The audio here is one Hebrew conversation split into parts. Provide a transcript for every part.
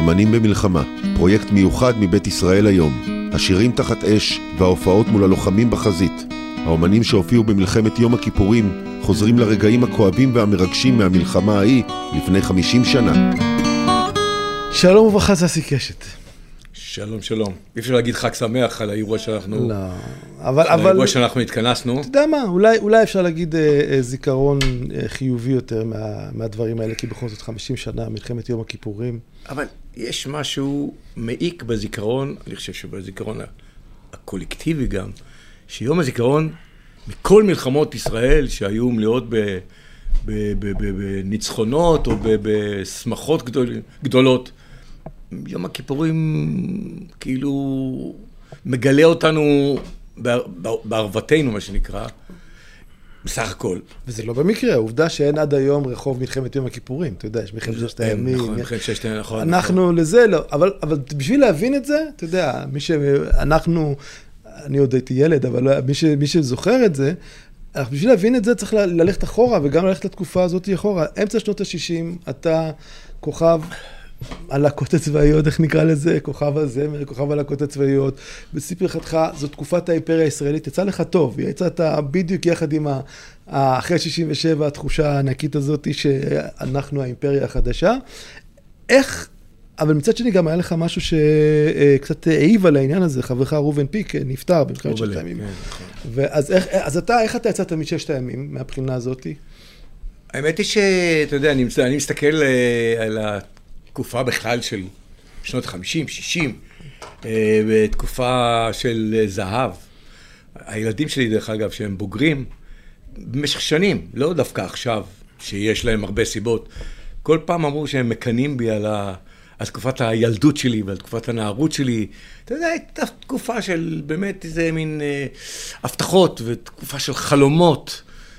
האומנים במלחמה, פרויקט מיוחד מבית ישראל היום. השירים תחת אש וההופעות מול הלוחמים בחזית. האומנים שהופיעו במלחמת יום הכיפורים חוזרים לרגעים הכואבים והמרגשים מהמלחמה ההיא לפני 50 שנה. שלום וברכה, ססי קשת. שלום, שלום. אי אפשר להגיד חג שמח על האירוע שאנחנו... לא, אבל... האירוע שאנחנו התכנסנו. אתה יודע מה, אולי אפשר להגיד זיכרון חיובי יותר מהדברים האלה, כי בכל זאת 50 שנה, מלחמת יום הכיפורים. אבל יש משהו מעיק בזיכרון, אני חושב שבזיכרון הקולקטיבי גם, שיום הזיכרון, מכל מלחמות ישראל שהיו מלאות בניצחונות או בשמחות גדולות, יום הכיפורים כאילו מגלה אותנו בערוותנו, מה שנקרא, בסך הכל. וזה לא במקרה, העובדה שאין עד היום רחוב מלחמת יום הכיפורים, אתה יודע, יש מלחמת ששת הימים. נכון, מלחמת ששת הימים, נכון. אנחנו לזה לא, אבל בשביל להבין את זה, אתה יודע, אני עוד הייתי ילד, אבל מי שזוכר את זה, בשביל להבין את זה צריך ללכת אחורה, וגם ללכת לתקופה הזאת אחורה. אמצע שנות ה-60, אתה כוכב הלהקות הצבאיות, איך נקרא לזה? כוכב הזמר, כוכב הלהקות הצבאיות. בסיפר חתך, זו תקופת האימפריה הישראלית, יצא לך טוב, יצאת בדיוק יחד עם אחרי 67, התחושה הענקית הזאת שאנחנו האימפריה החדשה. אבל מצד שני גם היה לך משהו שקצת העיב על העניין הזה, חברך ראובן פיק נפטר במלחמת ששת הימים. אז איך אתה יצאת מששת הימים מהבחינה הזאת? האמת היא שאתה יודע, אני מסתכל על התקופה בכלל של שנות 50, 60, בתקופה של זהב. הילדים שלי, דרך אגב, שהם בוגרים, במשך שנים, לא דווקא עכשיו, שיש להם הרבה סיבות, כל פעם אמרו שהם מקנים בי על תקופת הילדות שלי ועל תקופת הנערות שלי. אתה יודע, הייתה תקופה של באמת איזה מין הבטחות ותקופה של חלומות,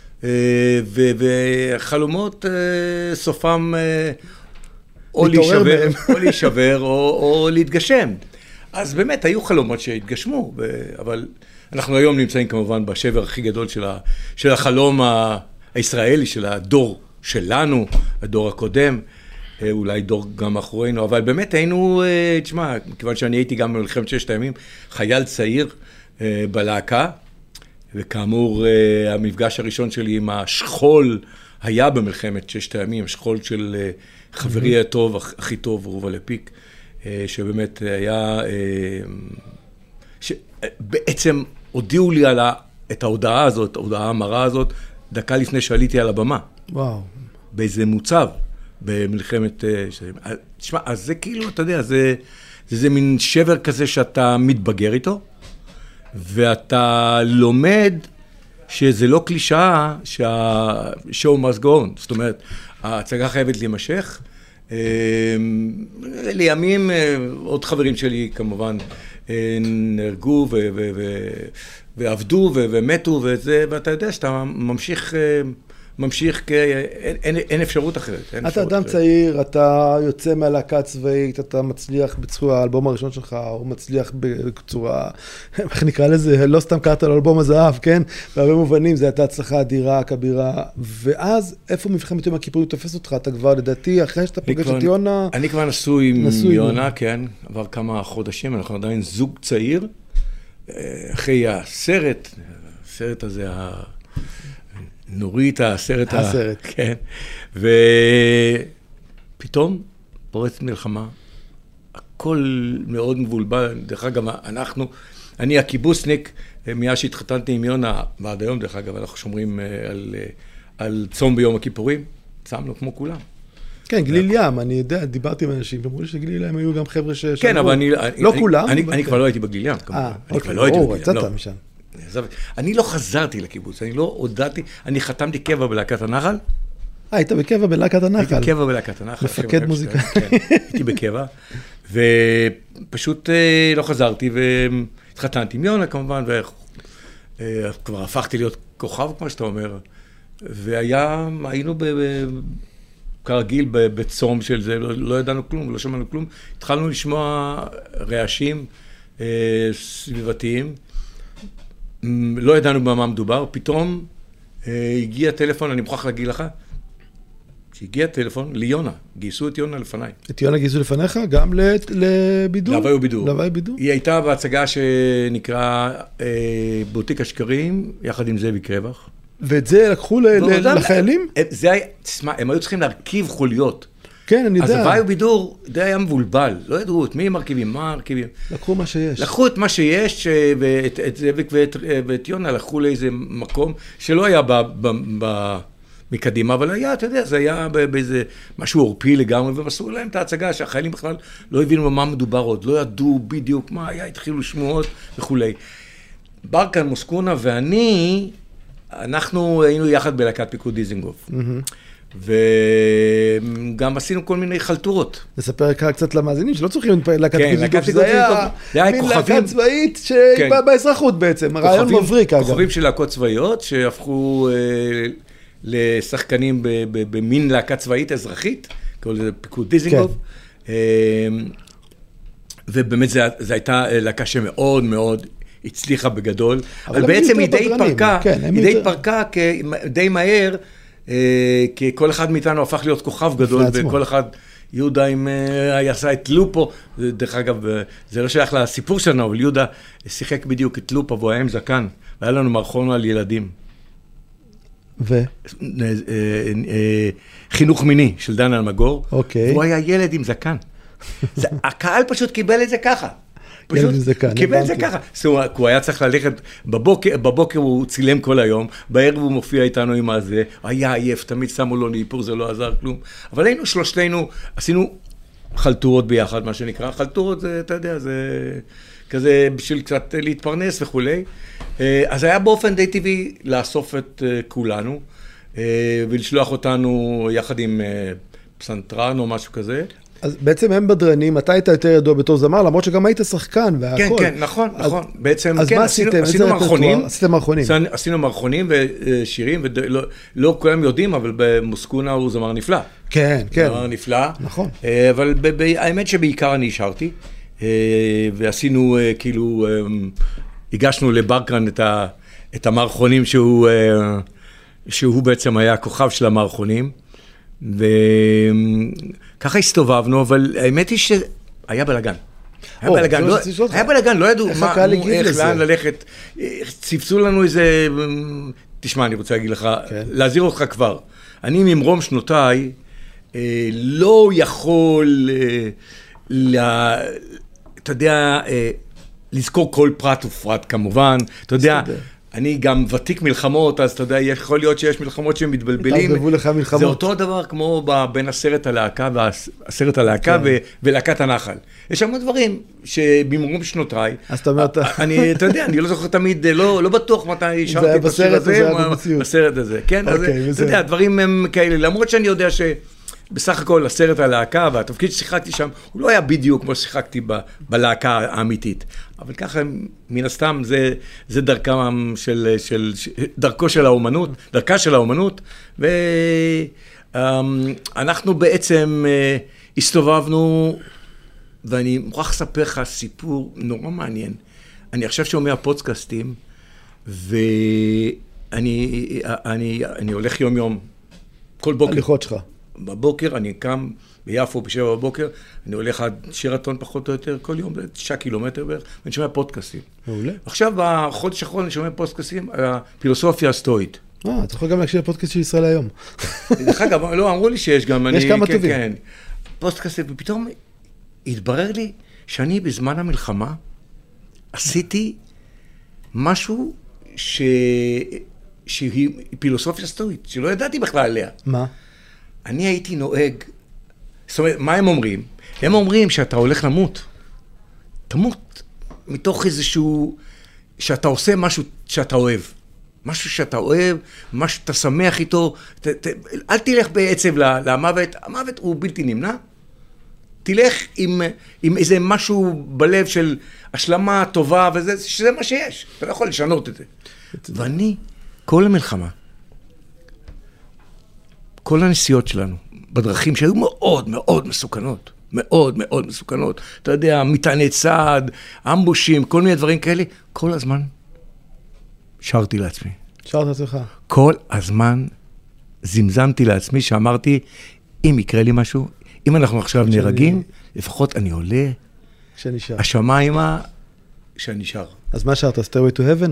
וחלומות סופם או להישבר או להתגשם. אז באמת היו חלומות שהתגשמו, אבל אנחנו היום נמצאים כמובן בשבר הכי גדול של החלום הישראלי, של הדור שלנו, הדור הקודם, אולי דור גם אחרינו, אבל באמת היינו, תשמע, כיוון שאני הייתי גם במלחמת ששת הימים, חייל צעיר בלהקה, וכאמור, המפגש הראשון שלי עם השכול היה במלחמת ששת הימים, השכול של חברי הטוב, הכי טוב, ראובן פיק, שבאמת היה, שבעצם הודיעו לי את ההודעה הזאת, ההודעה המרה הזאת, דקה לפני שעליתי על הבמה. וואו. באיזה מוצב. במלחמת... תשמע, אז זה כאילו, אתה יודע, זה מין שבר כזה שאתה מתבגר איתו, ואתה לומד שזה לא קלישאה שהשואו must go on. זאת אומרת, ההצגה חייבת להימשך. לימים עוד חברים שלי כמובן נהרגו ועבדו ומתו וזה, ואתה יודע שאתה ממשיך אין אפשרות אחרת. אתה אדם צעיר, אתה יוצא מהלהקה הצבאית, אתה מצליח בצורה, האלבום הראשון שלך, הוא מצליח בצורה, איך נקרא לזה, לא סתם קראת על אלבום הזהב, כן? בהרבה מובנים, זה הייתה הצלחה אדירה, כבירה, ואז איפה מלחמת יום הכיפורים תופס אותך? אתה כבר לדעתי, אחרי שאתה פוגש את יונה... אני כבר נשוי עם יונה, כן, עבר כמה חודשים, אנחנו עדיין זוג צעיר, אחרי הסרט הזה, נורית, הסרט. כן. ופתאום פורצת מלחמה, הכל מאוד מבולבל. דרך אגב, אני הקיבוצניק, מאז שהתחתנתי עם יונה, ועד היום, דרך אגב, אנחנו שומרים על צום ביום הכיפורים, צמנו כמו כולם. כן, גליל ים, אני יודע, דיברתי עם אנשים, אמרו לי שגליל ים היו גם חבר'ה ששמרו. כן, אבל לא כולם. אני כבר לא הייתי בגליל ים, כמובן. אני כבר לא הייתי בגליל ים. יצאת משם. אני לא חזרתי לקיבוץ, אני לא הודעתי, אני חתמתי קבע בלהקת הנחל. היית בקבע בלהקת הנחל. הייתי קבע בלהקת הנחל. מפקד מוזיקה. הייתי בקבע, ופשוט לא חזרתי, והתחתנתי עם יונה כמובן, וכבר הפכתי להיות כוכב, כמו שאתה אומר, והיינו כרגיל בצום של זה, לא ידענו כלום, לא שמענו כלום, התחלנו לשמוע רעשים סביבתיים, לא ידענו במה מדובר, פתאום הגיע טלפון, אני מוכרח להגיד לך, שהגיע טלפון ליונה, גייסו את יונה לפניי. את יונה גייסו לפניך? גם לבידור? להווי ובידור. להווי בידור? היא הייתה בהצגה שנקרא בוטיק השקרים, יחד עם זאביק רווח. ואת זה לקחו לחיילים? זה היה, תשמע, הם היו צריכים להרכיב חוליות. כן, אני יודע. אז הווי ובידור, זה היה מבולבל, לא ידעו את מי מרכיבים, מה מרכיבים. לקחו מה שיש. לקחו את מה שיש, ואת זאביק ואת יונה לקחו לאיזה מקום שלא היה מקדימה, אבל היה, אתה יודע, זה היה באיזה משהו עורפי לגמרי, ומסרו להם את ההצגה שהחיילים בכלל לא הבינו מה מדובר עוד, לא ידעו בדיוק מה היה, התחילו שמועות וכו'. ברקן, מוסקונה ואני, אנחנו היינו יחד בלהקת פיקוד דיזנגוף. וגם עשינו כל מיני חלטורות. נספר קצת למאזינים שלא צריכים להקת פיקוד דיזנגוף, זה היה מין להקת צבאית שהיא באזרחות בעצם, רעיון מבריק אגב. כוכבים של להקות צבאיות שהפכו לשחקנים במין להקה צבאית אזרחית, קוראים לזה פיקוד דיזנגוף, ובאמת זו הייתה להקה שמאוד מאוד הצליחה בגדול, אבל בעצם היא די התפרקה די מהר, כי כל אחד מאיתנו הפך להיות כוכב גדול, וכל אחד, יהודה עשה את לופו, דרך אגב, זה לא שייך לסיפור שלנו, אבל יהודה שיחק בדיוק את לופו, והוא היה עם זקן, והיה לנו מערכון על ילדים. חינוך מיני של דן אלמגור, והוא היה ילד עם זקן. הקהל פשוט קיבל את זה ככה. פשוט קיבל את זה ככה. הוא היה צריך ללכת, בבוקר הוא צילם כל היום, בערב הוא מופיע איתנו עם הזה, היה עייף, תמיד שמו לו ניפור, זה לא עזר כלום. אבל היינו שלושתנו, עשינו חלטורות ביחד, מה שנקרא. חלטורות זה, אתה יודע, זה כזה בשביל קצת להתפרנס וכו'. אז היה באופן די טבעי לאסוף את כולנו, ולשלוח אותנו יחד עם פסנתרן או משהו כזה. אז בעצם הם בדרנים, אתה היית יותר ידוע בתור זמר, למרות שגם היית שחקן והכל. כן, כן, נכון, נכון. בעצם, אז כן, מה עשיתם? עשינו מערכונים. עשיתם מערכונים. עשינו מערכונים ושירים, ולא כולם יודעים, אבל במוסקונה הוא זמר נפלא. כן, כן. זמר נפלא. נכון. אבל האמת שבעיקר אני השרתי, ועשינו כאילו, הגשנו לברקן את המערכונים שהוא בעצם היה הכוכב של המערכונים, וככה הסתובבנו, אבל האמת היא שהיה בלגן. היה בלגן, לא ידעו איך, לאן ללכת. ציפצו לנו איזה, תשמע, אני רוצה להגיד לך, להזהיר אותך כבר. אני ממרום שנותיי לא יכול, אתה יודע, לזכור כל פרט ופרט כמובן, אתה יודע, אני גם ותיק מלחמות, אז אתה יודע, יכול להיות שיש מלחמות שהם מתבלבלים. התערבבו לך מלחמות. זה אותו דבר כמו בין הסרט הלהקה ולהקת הנחל. יש שם דברים שבמרום שנותיי, אז אתה אומר, אתה יודע, אני לא זוכר תמיד, לא בטוח מתי שרתי את השיר הזה, בסרט הזה. כן, אז אתה יודע, הדברים הם כאלה, למרות שאני יודע בסך הכל הסרט הלהקה והתפקיד ששיחקתי שם, הוא לא היה בדיוק כמו ששיחקתי בלהקה האמיתית. אבל ככה, מן הסתם, זה דרכו של האומנות, דרכה של האומנות, ואנחנו בעצם הסתובבנו, ואני מוכרח לספר לך סיפור נורא מעניין. אני עכשיו שומע פודקאסטים, ואני הולך יום יום, כל בוקר. הליכות שלך. בבוקר אני קם ביפו ב7 בבוקר, אני הולך עד שירתון פחות או יותר כל יום, 9 קילומטר בערך, ואני שומע פודקאסטים. מעולה. עכשיו בחודש האחרון אני שומע פודקאסטים על הפילוסופיה הסטואית. אתה יכול גם להקשיב לפודקאסט של ישראל היום. דרך אגב, לא, אמרו לי שיש גם, יש כמה טובים. כן, פודקאסטים, ופתאום התברר לי שאני בזמן המלחמה עשיתי משהו שהיא פילוסופיה סטואית, שלא ידעתי בכלל עליה. מה? אני הייתי נוהג, זאת אומרת, מה הם אומרים? הם אומרים שאתה הולך למות. תמות מתוך איזשהו, שאתה עושה משהו שאתה אוהב. משהו שאתה אוהב, משהו שאתה שמח איתו. אל תלך בעצב למוות, המוות הוא בלתי נמנע. תלך עם איזה משהו בלב של השלמה טובה, שזה מה שיש. אתה לא יכול לשנות את זה. ואני, כל המלחמה, כל הנסיעות שלנו, בדרכים שהיו מאוד מאוד מסוכנות, מאוד מאוד מסוכנות, אתה יודע, מטעני צעד, אמבושים, כל מיני דברים כאלה, כל הזמן שרתי לעצמי. שרת עצמך. כל הזמן זמזמתי לעצמי שאמרתי, אם יקרה לי משהו, אם אנחנו עכשיו נהרגים, לפחות אני עולה, השמיימה, שאני שר. אז מה שרת? Stairway to Heaven?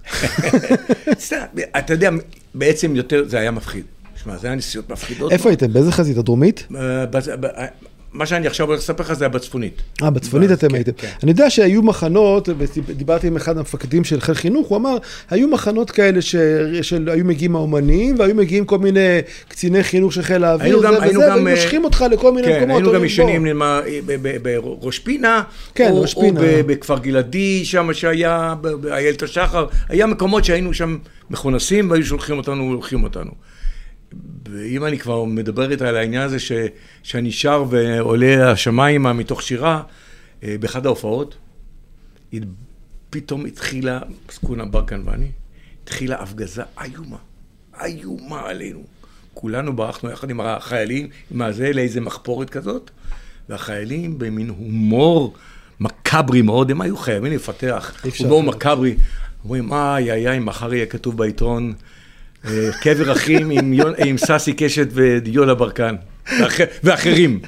אתה יודע, בעצם יותר, זה היה מפחיד. שמע, זה היה נסיעות מפחידות. איפה הייתם? באיזה חזית? הדרומית? מה שאני עכשיו הולך לספר לך זה הבצפונית. בצפונית אתם הייתם. אני יודע שהיו מחנות, דיברתי עם אחד המפקדים של חיל חינוך, הוא אמר, היו מחנות כאלה שהיו מגיעים האומנים, והיו מגיעים כל מיני קציני חינוך של חיל האוויר, והיו מושכים אותך לכל מיני מקומות. כן, היינו גם ישנים בראש פינה, או בכפר גלעדי, שם שהיה, באיילת השחר, היה מקומות שהיינו שם מכונסים, והיו שולחים אותנו ולוקחים אותנו. ואם אני כבר מדברת על העניין הזה שאני שר ועולה השמיים מתוך שירה, באחד ההופעות, פתאום התחילה, סקונה ברקן ואני, התחילה הפגזה איומה עלינו. כולנו ברחנו יחד עם החיילים, עם הזה לאיזה מחפורת כזאת, והחיילים במין הומור מקברי מאוד, הם היו חייבים לפתח, הומור מקברי, אומרים, איי, מחר יהיה כתוב בעיתון, קבר אחים עם ססי קשת ויולה ברקן, ואחרים.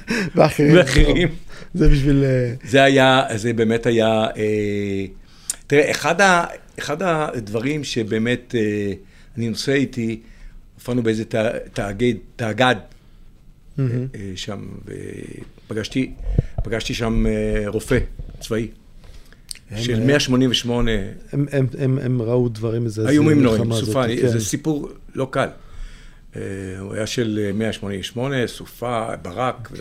זה בשביל... זה באמת היה... תראה, אחד הדברים שבאמת אני נוסע איתי, הופענו באיזה תאגד שם, ופגשתי שם רופא צבאי. של 188. הם ראו דברים מזעזעים. איומים נוראים, סופה, זה סיפור לא קל. הוא היה של 188, סופה, ברק,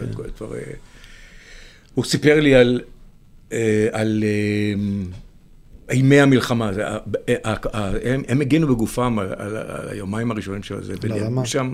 הוא סיפר לי על ימי המלחמה. הם הגנו בגופם על היומיים הראשונים של זה, ולידו שם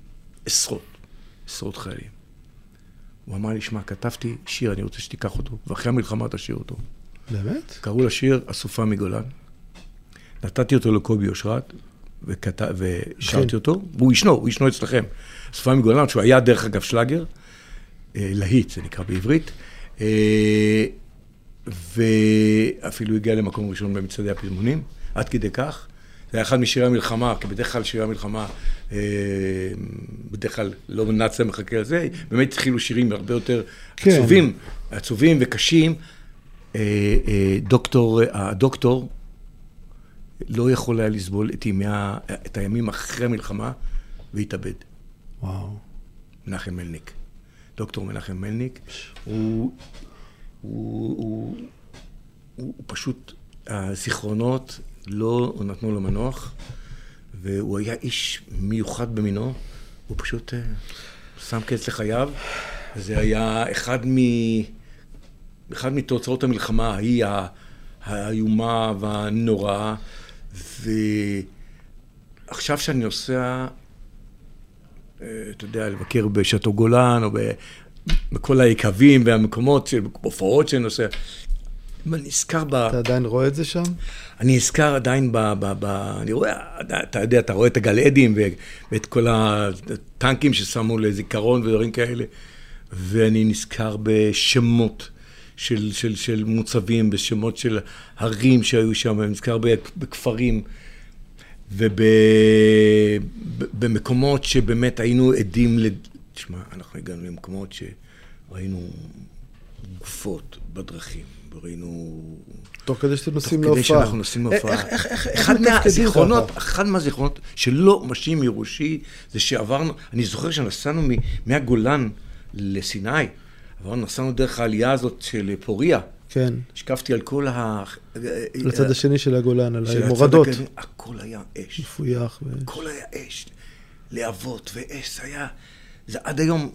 עשרות חיילים. הוא אמר לי, שמע, כתבתי שיר, אני רוצה שתיקח אותו, ואחרי המלחמה תשאיר אותו. באמת? קראו לשיר אסופה מגולן. נתתי אותו לקובי אושרת, ושרתי אותו, והוא ישנו אצלכם. אסופה מגולן, שהוא היה דרך אגב שלאגר, להיט, זה נקרא בעברית, ואפילו הגיע למקום ראשון במצעדי הפזמונים, עד כדי כך. זה היה אחד משירי המלחמה, כי בדרך כלל שירי המלחמה, בדרך כלל לא נאצה מחכה על זה, באמת התחילו שירים הרבה יותר עצובים וקשים. הדוקטור לא יכול היה לסבול את הימים אחרי המלחמה, והתאבד. וואו. מנחם מלניק. דוקטור מנחם מלניק, הוא פשוט, הזיכרונות לא נתנו לו מנוח, והוא היה איש מיוחד במינו, הוא פשוט שם קץ לחייו, זה היה אחד מתוצאות המלחמה, היא האיומה והנוראה, ועכשיו שאני נוסע, אתה יודע, לבקר בשאטו גולן, או בכל היקבים והמקומות, בהופעות שאני נוסע, אני נזכר אתה עדיין רואה את זה שם? אני נזכר עדיין אני רואה, אתה יודע, אתה רואה את הגלעדים, ואת כל הטנקים ששמו לזיכרון ודברים כאלה, ואני נזכר בשמות, של מוצבים, בשמות של הרים שהיו שם, אני נזכר בכפרים, ובמקומות שבאמת היינו עדים תשמע, אנחנו הגענו למקומות שראינו גופות בדרכים, וראינו... תוך כדי שאתם נוסעים להופעה. תוך כדי שאנחנו נוסעים להופעה. אחד מהזיכרונות שלא משאים מראשי, זה שעברנו, אני זוכר שנסענו מהגולן לסיני, נסענו דרך העלייה הזאת של פוריה. כן. השקפתי על כל לצד השני של הגולן, על המורדות. הכל היה אש. מפויח. הכל היה אש. להבות ואש, זה עד היום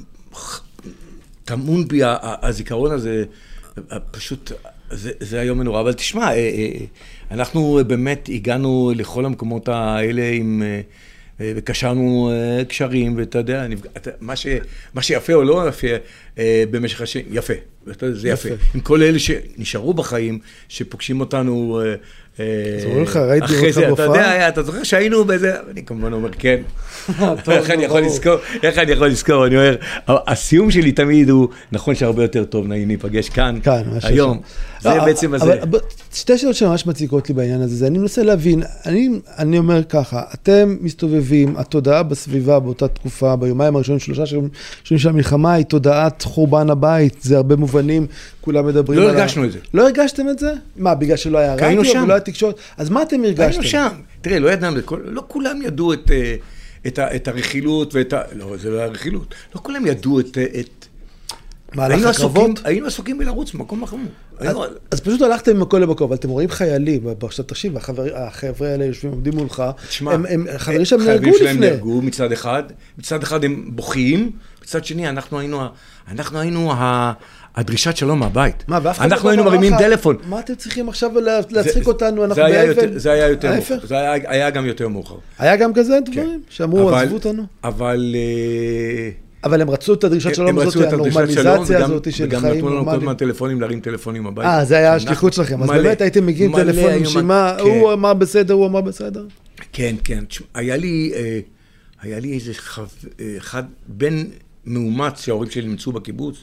טמון בי הזיכרון הזה, פשוט, זה היום מנורא. אבל תשמע, אנחנו באמת הגענו לכל המקומות האלה וקשרנו קשרים, ואתה יודע, מה שיפה או לא יפה במשך השנים, יפה, זה יפה. עם כל אלה שנשארו בחיים, שפוגשים אותנו אומרים לך, ראיתי אותך אתה בהופעה? יודע, אתה זוכר שהיינו באיזה, אני כמובן אומר כן. איך אני יכול לזכור, אני אומר, הסיום שלי תמיד הוא, נכון שהרבה יותר טוב, נעים להיפגש כאן, היום. זה בעצם הזה. שתי שאלות שממש מציקות לי בעניין הזה, אני מנסה להבין, אני אומר ככה, אתם מסתובבים, התודעה בסביבה באותה תקופה, ביומיים הראשונים, 3 שנים של המלחמה, היא תודעת חורבן הבית, זה הרבה מובנים, כולם מדברים לא הרגשנו את זה. לא הרגשתם את זה? מה, בגלל שלא היה רדיו ולא היה תקשורת? אז מה אתם הרגשתם? היינו שם. תראה, לא ידענו, לא כולם ידעו את הרכילות ואת לא, זה לא היה רכילות. לא כולם ידעו את מהלך הקרבות? היינו עסוקים בלרוץ במקום החמור. אז פשוט הלכתם ממקום למקום, אבל אתם רואים חיילים, עכשיו תקשיב, החבר'ה האלה יושבים, עומדים מולך, חברים שם נהרגו לפני. שלהם נהרגו מצד אחד הם בוכים, מצד שני אנחנו היינו הדרישת שלום מהבית. אנחנו היינו מרימים טלפון. מה אתם צריכים עכשיו להצחיק אותנו, אנחנו באבן? זה היה יותר מאוחר. זה היה גם יותר מאוחר. היה גם כזה דברים? שאמרו, עזבו אותנו? אבל הם רצו את הדרישת שלום הזאת, הנורמליזציה הזאת של חיים נורמליים. וגם נתנו לנו כל הזמן טלפונים, להרים טלפונים הביתה. זה היה השליחות שלכם. אז באמת הייתם מגיעים טלפונים שמה, הוא אמר בסדר, הוא אמר בסדר? כן, כן. היה לי איזה אחד, בן מאומץ שההורים שלי נמצאו בקיבוץ,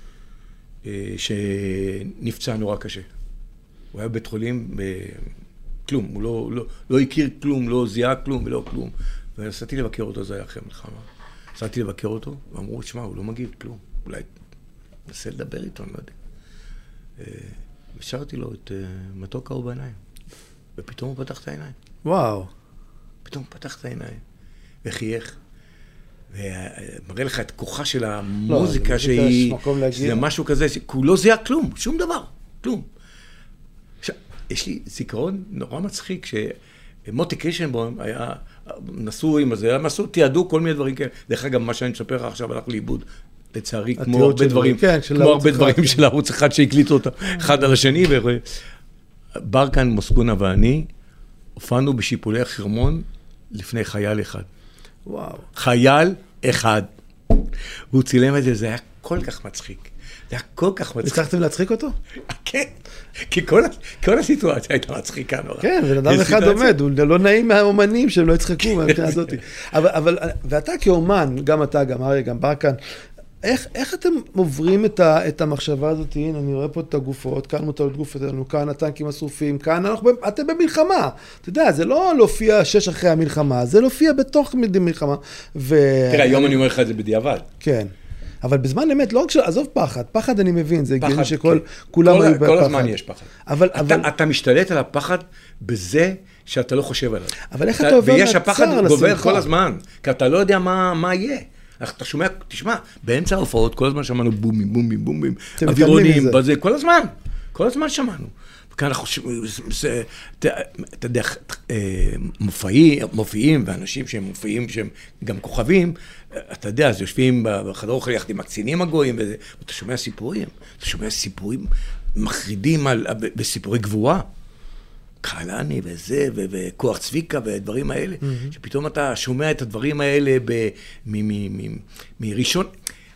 שנפצע נורא קשה. הוא היה בבית חולים, כלום, הוא לא הכיר כלום, לא זיהה כלום ולא כלום. ונסעתי לבקר אותו, זה היה אחרי מלחמה. נסעתי לבקר אותו, ואמרו, תשמע, הוא לא מגיב כלום. אולי נסה לדבר איתו, אני לא יודע. ושרתי לו את מתוק האור בעיניים. ופתאום הוא פתח את העיניים. וואו. פתאום הוא פתח את העיניים. וחייך. ומראה לך את כוחה של המוזיקה שהיא... זה משהו כזה, הוא לא זיהה כלום, שום דבר, כלום. עכשיו, יש לי זיכרון נורא מצחיק, שמוטי קירשנבוים היה... נסעו עם הזה, הם עשו, תיעדו כל מיני דברים כאלה. דרך אגב, מה שאני מספר לך עכשיו הלך לאיבוד, לצערי, כמו הרבה דברים של ערוץ אחד שהקליטו אותם, אחד על השני. ברקן, מוסקונה ואני, הופענו בשיפולי החרמון לפני חייל אחד. וואו. חייל אחד. והוא צילם את זה, זה היה כל כך מצחיק. זה היה כל כך מצחיק. הצלחתם להצחיק אותו? כן. כי כל הסיטואציה הייתה מצחיקה נורא. כן, ולאדם אחד עומד, הוא לא נעים מהאומנים שהם לא יצחקו מהבחינה הזאת. ואתה כאומן, גם אתה, גם ארי, גם ברקן, איך אתם עוברים את המחשבה הזאת? הנה, אני רואה פה את הגופות, כאן מוטלות גופות לנו, כאן הטנקים השרופים, כאן אתם במלחמה. אתה יודע, זה לא להופיע 6 אחרי המלחמה, זה להופיע בתוך מלחמה. תראה, היום אני אומר לך את זה בדיעבד. כן. אבל בזמן אמת, לא רק עזוב פחד, פחד אני מבין, זה הגיוני שכולם היו בפחד. כל הזמן יש פחד. אתה משתלט על הפחד בזה שאתה לא חושב עליו. אבל איך אתה עובר ויש הפחד גובר כל הזמן, כי אתה לא יודע מה יהיה. אתה שומע, תשמע, באמצע ההופעות כל הזמן שמענו בומים, בומים, בומים, אווירונים, בזה, כל הזמן שמענו. וכאן אנחנו, אתה יודע, מופיעים, ואנשים שהם מופיעים, שהם גם כוכבים, אתה יודע, אז יושבים בחדר אוכל יחד עם הקצינים הגויים, ואתה שומע סיפורים מחרידים בסיפורי גבורה. קהלני וזה, וכוח צביקה ודברים האלה, שפתאום אתה שומע את הדברים האלה מראשון.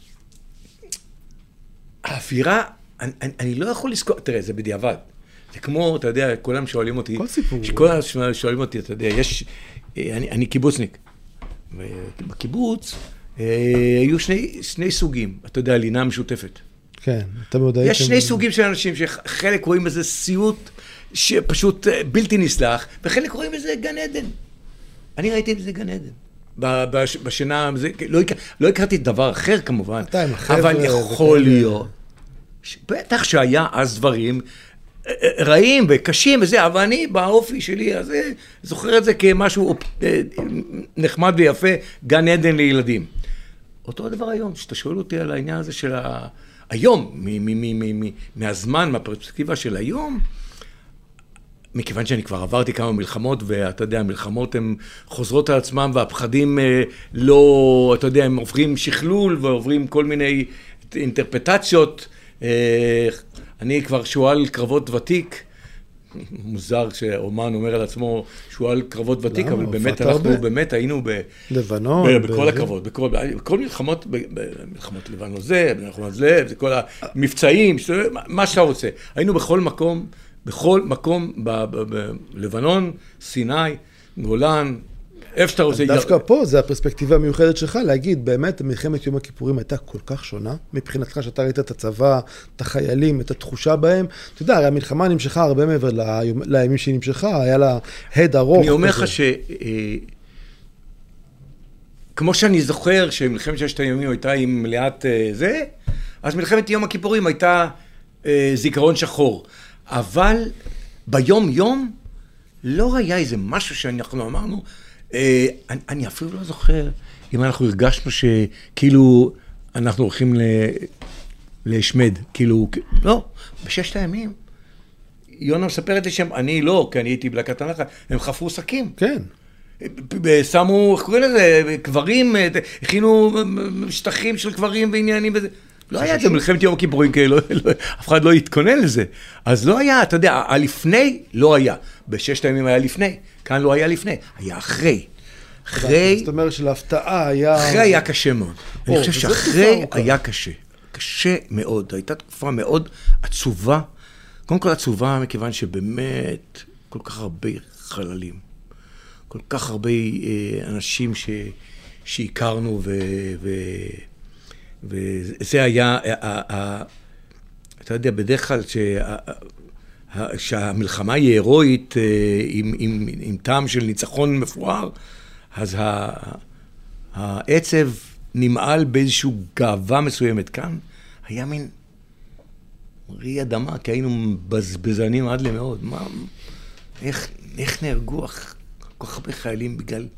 האווירה, אני לא יכול לזכור, תראה, זה בדיעבד. זה כמו, אתה יודע, כולם שואלים אותי, כל סיפור. שכולם שואלים אותי, אתה יודע, אני קיבוצניק. בקיבוץ היו שני סוגים, אתה יודע, לינה משותפת. כן, אתה מאוד הייתם... יש 2 סוגים של אנשים שחלק רואים איזה סיוט שפשוט בלתי נסלח, וחלק רואים איזה גן עדן. אני ראיתי את זה גן עדן. בשינה, לא הכרתי דבר אחר כמובן, אבל יכול להיות. בטח שהיה אז דברים רעים וקשים וזה, אבל אני באופי שלי הזה זוכר את זה כמשהו נחמד ויפה, גן עדן לילדים. אותו הדבר היום, שאתה שואל אותי על העניין הזה של היום, מהזמן, מהפרספקטיבה של היום, מכיוון שאני כבר עברתי כמה מלחמות, ואתה יודע, המלחמות הן חוזרות על עצמם, והפחדים לא, אתה יודע, הם עוברים שכלול, ועוברים כל מיני אינטרפטציות. אני כבר שואל קרבות ותיק, מוזר שאומן אומר על עצמו שואל קרבות ותיק, אבל באמת אנחנו באמת היינו לבנון, בכל הקרבות, בכל מלחמות לבנון זה, מלחמות זה, כל המבצעים, מה שאתה רוצה. היינו בכל מקום, בכל מקום, בלבנון, סיני, גולן, איפה שאתה רוצה. דווקא פה זה הפרספקטיבה המיוחדת שלך, להגיד, באמת, מלחמת יום הכיפורים הייתה כל כך שונה, מבחינתך שאתה ראית את הצבא, את החיילים, את התחושה בהם. אתה יודע, הרי המלחמה נמשכה הרבה מעבר לימים שהיא נמשכה, היה לה הד ארוך. אני אומר לך כמו שאני זוכר שמלחמת ששת הימים הייתה עם מלאת זה, אז מלחמת יום הכיפורים הייתה זיכרון שחור. אבל ביום יום לא היה איזה משהו שאנחנו אמרנו, אני אפילו לא זוכר אם אנחנו הרגשנו שכאילו אנחנו הולכים להשמד, כאילו, לא, בששת הימים. יונה מספרת לי שהם, אני לא, כי אני הייתי בלהקת הנחל, הם חפרו שקים. כן. שמו, איך קוראים לזה, קברים, הכינו שטחים של קברים ועניינים וזה. לא היה את זה מלחמת יום הכיפורים, כי אף אחד לא התכונן לזה. אז לא היה, אתה יודע, הלפני לא היה. בששת הימים היה לפני, כאן לא היה לפני, היה אחרי. זאת אומרת שלהפתעה היה... אחרי היה קשה מאוד. אני חושב שאחרי היה קשה. קשה מאוד. הייתה תקופה מאוד עצובה. קודם כל עצובה מכיוון שבאמת כל כך הרבה חללים. כל כך הרבה אנשים שהכרנו וזה היה, אתה יודע, בדרך כלל שהמלחמה היא הירואית עם טעם של ניצחון מפואר, אז העצב נמעל באיזושהי גאווה מסוימת. כאן היה מין ראי אדמה, כי היינו בזבזנים עד למאוד. איך נהרגו כל כך הרבה חיילים בגלל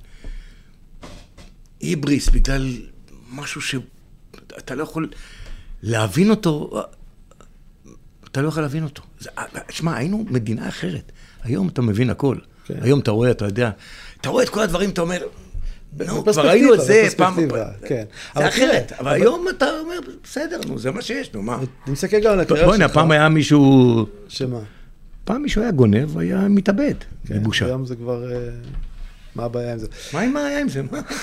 היבריס, בגלל משהו שאתה לא יכול להבין אותו, אתה לא יכול להבין אותו. שמע, היינו מדינה אחרת. היום אתה מבין הכל. היום אתה רואה, אתה יודע, אתה רואה את כל הדברים, אתה אומר, כבר ראינו את זה פעם, זה אחרת. אבל היום אתה אומר, בסדר, נו, זה מה שיש, נו, מה? אני מסתכל גם על הקריירה שלך. בואי, פעם היה מישהו... שמה? פעם מישהו היה גונב, היה מתאבד, בבושה. היום זה כבר... מה הבעיה עם זה? מה הבעיה עם זה?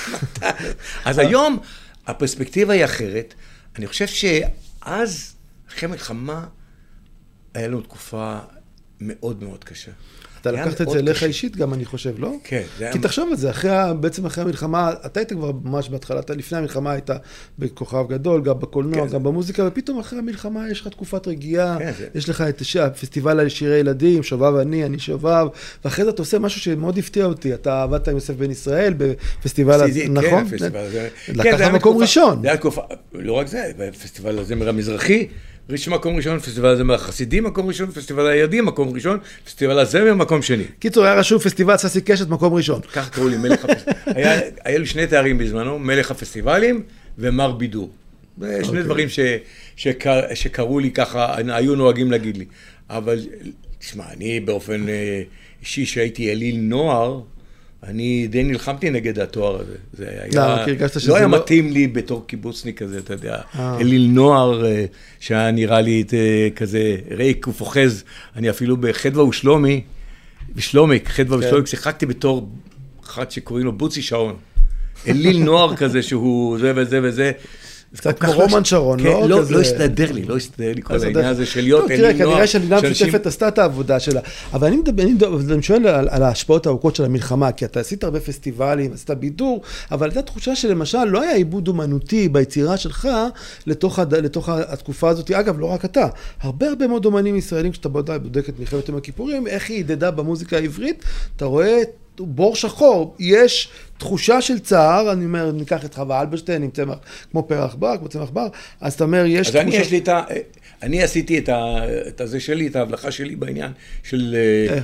אז היום הפרספקטיבה היא אחרת. אני חושב שאז, אחרי מלחמה, היה לנו תקופה מאוד מאוד קשה. אתה לקחת את זה אליך אישית גם, אני חושב, לא? כן. כי תחשוב על זה, בעצם אחרי המלחמה, אתה היית כבר ממש בהתחלה, לפני המלחמה היית בכוכב גדול, גם בקולנוע, גם במוזיקה, ופתאום אחרי המלחמה יש לך תקופת רגיעה, יש לך את הפסטיבל על שירי ילדים, שובב אני שובב, ואחרי זה אתה עושה משהו שמאוד הפתיע אותי, אתה עבדת עם יוסף בן ישראל בפסטיבל, נכון? לקחת מקום ראשון. לא רק זה, בפסטיבל הזמר המזרחי, מקום ראשון, פסטיבל הזמר החסידי, מקום ראשון, פסטיבל הילדים, מקום ראשון, פסטיבל הזמר, מקום שני. קיצור, היה רשום פסטיבל ססי קשת, מקום ראשון. כך קראו לי, מלך הפסטיבלים. היה לי שני תארים בזמנו, מלך הפסטיבלים ומר בידור. שני דברים שקראו לי ככה, היו נוהגים להגיד לי. אבל, תשמע, אני באופן אישי שהייתי אליל נוער, אני די נלחמתי נגד התואר הזה. זה היה, לא היה מתאים לי בתור קיבוצניק כזה, אתה יודע, אליל נוער, שהיה נראה לי כזה ריק ופוחז. אני אפילו בחדווה ושלומי, חדווה ושלומי, שיחקתי בתור אחד שקוראים לו בוצי שעון. אליל נוער כזה שהוא זה וזה וזה. קצת כמו רומן שרון, לא? לא הסתדר לי כל העניין הזה של להיות אליל נוער. תראה, כנראה שהמדינה משותפת עשתה את העבודה שלה, אבל אני שואל על ההשפעות הארוכות של המלחמה, כי אתה עשית הרבה פסטיבלים, עשית בידור, אבל הייתה תחושה שלמשל לא היה עיבוד אומנותי ביצירה שלך לתוך התקופה הזאת. אגב, לא רק אתה, הרבה מאוד אומנים ישראלים, כשאתה בודק את מלחמת יום הכיפורים, איך היא עידדה במוזיקה העברית, אתה רואה בור שחור, יש תחושה של צער, אני אומר, ניקח את חווה אלברשטיין, עם צמח, כמו פרח בר, כמו צמח בר, אז אתה אומר, יש תחושה... אז אני עשיתי את הזה שלי, את ההבלחה שלי בעניין של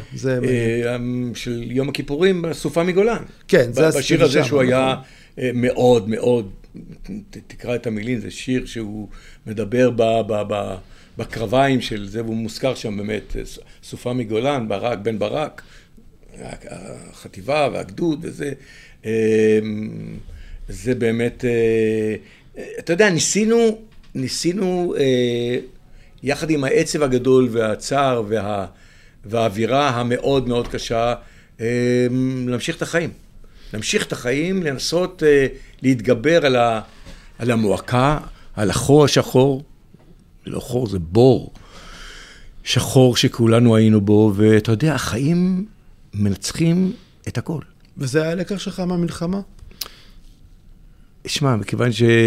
יום הכיפורים, סופה מגולן. כן, זה בשיר הזה שהוא היה מאוד מאוד, תקרא את המילים, זה שיר שהוא מדבר בקרביים של זה, והוא מוזכר שם באמת, סופה מגולן, בן ברק, החטיבה והגדוד וזה, זה באמת, אתה יודע, ניסינו יחד עם העצב הגדול והצער והאווירה המאוד מאוד קשה, להמשיך את החיים, לנסות להתגבר על המועקה, על החור השחור, לא חור, זה בור, שחור שכולנו היינו בו, ואתה יודע, החיים מנצחים את הכל. וזה היה לקח שלך מהמלחמה? שמע, מכיוון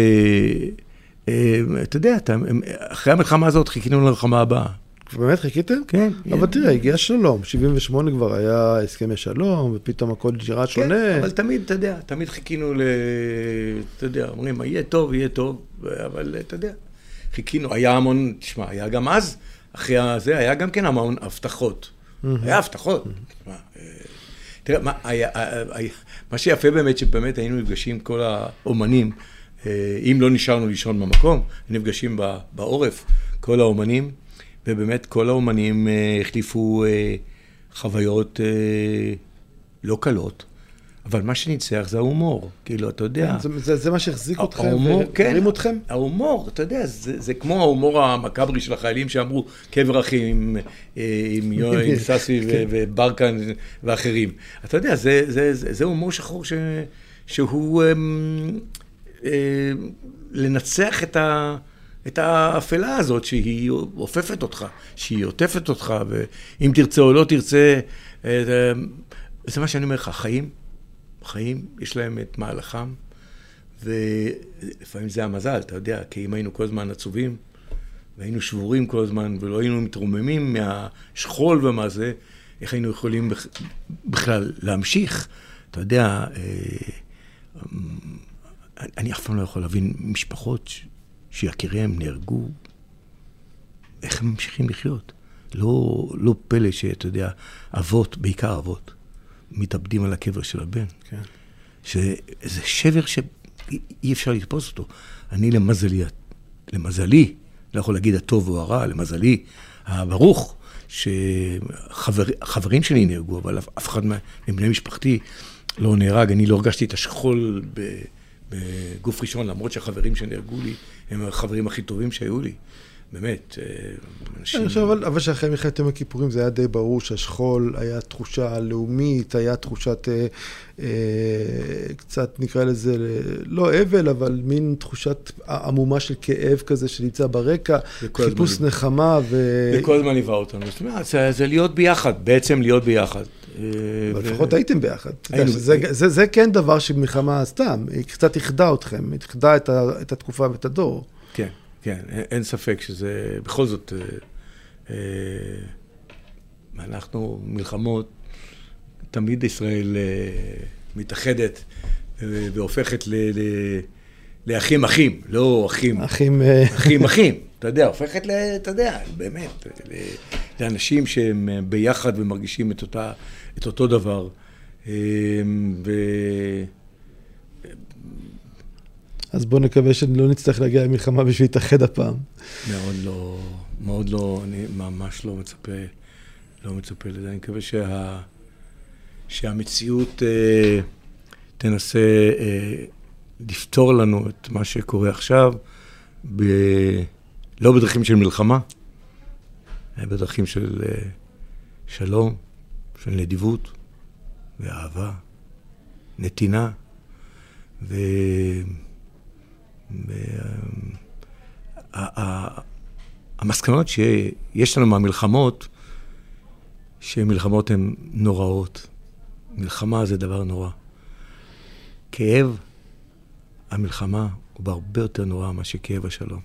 אתה יודע, אחרי המלחמה הזאת חיכינו למלחמה הבאה. באמת חיכיתם? כן. אבל תראה, הגיע שלום. 78 כבר היה הסכמי שלום, ופתאום הכל נראה שונה. כן, אבל תמיד, אתה יודע, תמיד חיכינו אתה יודע, אומרים, יהיה טוב, אבל אתה יודע, חיכינו, היה המון, תשמע, היה גם אז, אחרי זה, היה גם כן המון הבטחות. היה הבטחות. תראה, מה שיפה באמת, שבאמת היינו נפגשים כל האומנים, אם לא נשארנו לישון במקום, נפגשים בעורף, כל האומנים, ובאמת כל האומנים החליפו חוויות לא קלות, אבל מה שניצח זה ההומור, כאילו, אתה יודע. זה מה שהחזיק אתכם והרים אתכם? ההומור, אתה יודע, זה כמו ההומור המקאברי של החיילים שאמרו, קבר אחים עם יואל ססי וברקן ואחרים. אתה יודע, זה הומור שחור שהוא לנצח את האפלה הזאת שהיא עופפת אותך, שהיא עוטפת אותך, ואם תרצה או לא תרצה, זה מה שאני אומר לך, חיים, יש להם את מהלכם, ולפעמים זה המזל, אתה יודע, כי אם היינו כל הזמן עצובים, והיינו שבורים כל הזמן, ולא היינו מתרוממים מהשכול ומה זה, איך היינו יכולים בכלל להמשיך, אתה יודע, אני אף פעם לא יכול להבין משפחות שיקיריהם נהרגו, איך הם ממשיכים לחיות. לא פלא שאתה יודע, אבות, בעיקר אבות, מתאבדים על הקבר של הבן. כן. שזה שבר שאי אפשר לתפוס אותו. אני למזלי, לא יכול להגיד הטוב או הרע, למזלי, הברוך, שחברים שלי נהרגו, אבל אף אחד מבני משפחתי לא נהרג. אני לא הרגשתי את השכול בגוף ראשון, למרות שהחברים שנהרגו לי, הם החברים הכי טובים שהיו לי. באמת, אנשים... אבל שאחרי מלחמת יום הכיפורים זה היה די ברור שהשכול היה תחושה לאומית, היה תחושת קצת נקרא לזה, לא אבל, אבל מין תחושת עמומה של כאב כזה שנמצא ברקע, חיפוש נחמה וכל הזמן ליווה אותנו. זאת אומרת, זה להיות ביחד, בעצם להיות ביחד. אבל לפחות הייתם ביחד. זה כן דבר שמלחמה סתם, היא קצת יחדה אתכם, היא יחדה את התקופה ואת הדור. כן. כן, אין ספק שזה, בכל זאת, אנחנו מלחמות, תמיד ישראל מתאחדת והופכת לאחים, לא אחים, אחים, אתה יודע, הופכת אתה יודע, באמת, לאנשים שהם ביחד ומרגישים את אותו דבר, אז בואו נקווה שלא נצטרך להגיע למלחמה בשביל להתאחד הפעם. מאוד לא, אני ממש לא מצפה לזה. אני מקווה שהמציאות תנסה לפתור לנו את מה שקורה עכשיו, לא בדרכים של מלחמה, בדרכים של שלום, של נדיבות ואהבה, נתינה, המסקנות שיש לנו מהמלחמות, שמלחמות הן נוראות. מלחמה זה דבר נורא. כאב המלחמה הוא בהרבה יותר נורא מה שכאב השלום.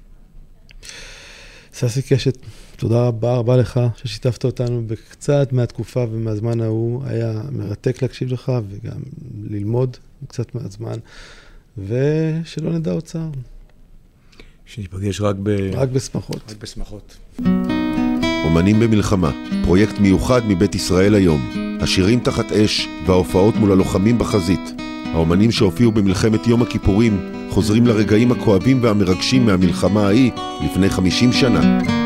ססי קשת, תודה רבה לך ששיתפת אותנו בקצת מהתקופה ומהזמן ההוא. היה מרתק להקשיב לך וגם ללמוד קצת מהזמן, ושלא נדע עוד צער. שניפגש רק בשמחות. רק בשמחות. אומנים במלחמה, פרויקט מיוחד מבית ישראל היום. השירים תחת אש וההופעות מול הלוחמים בחזית. האומנים שהופיעו במלחמת יום הכיפורים חוזרים לרגעים הכואבים והמרגשים מהמלחמה ההיא לפני 50 שנה.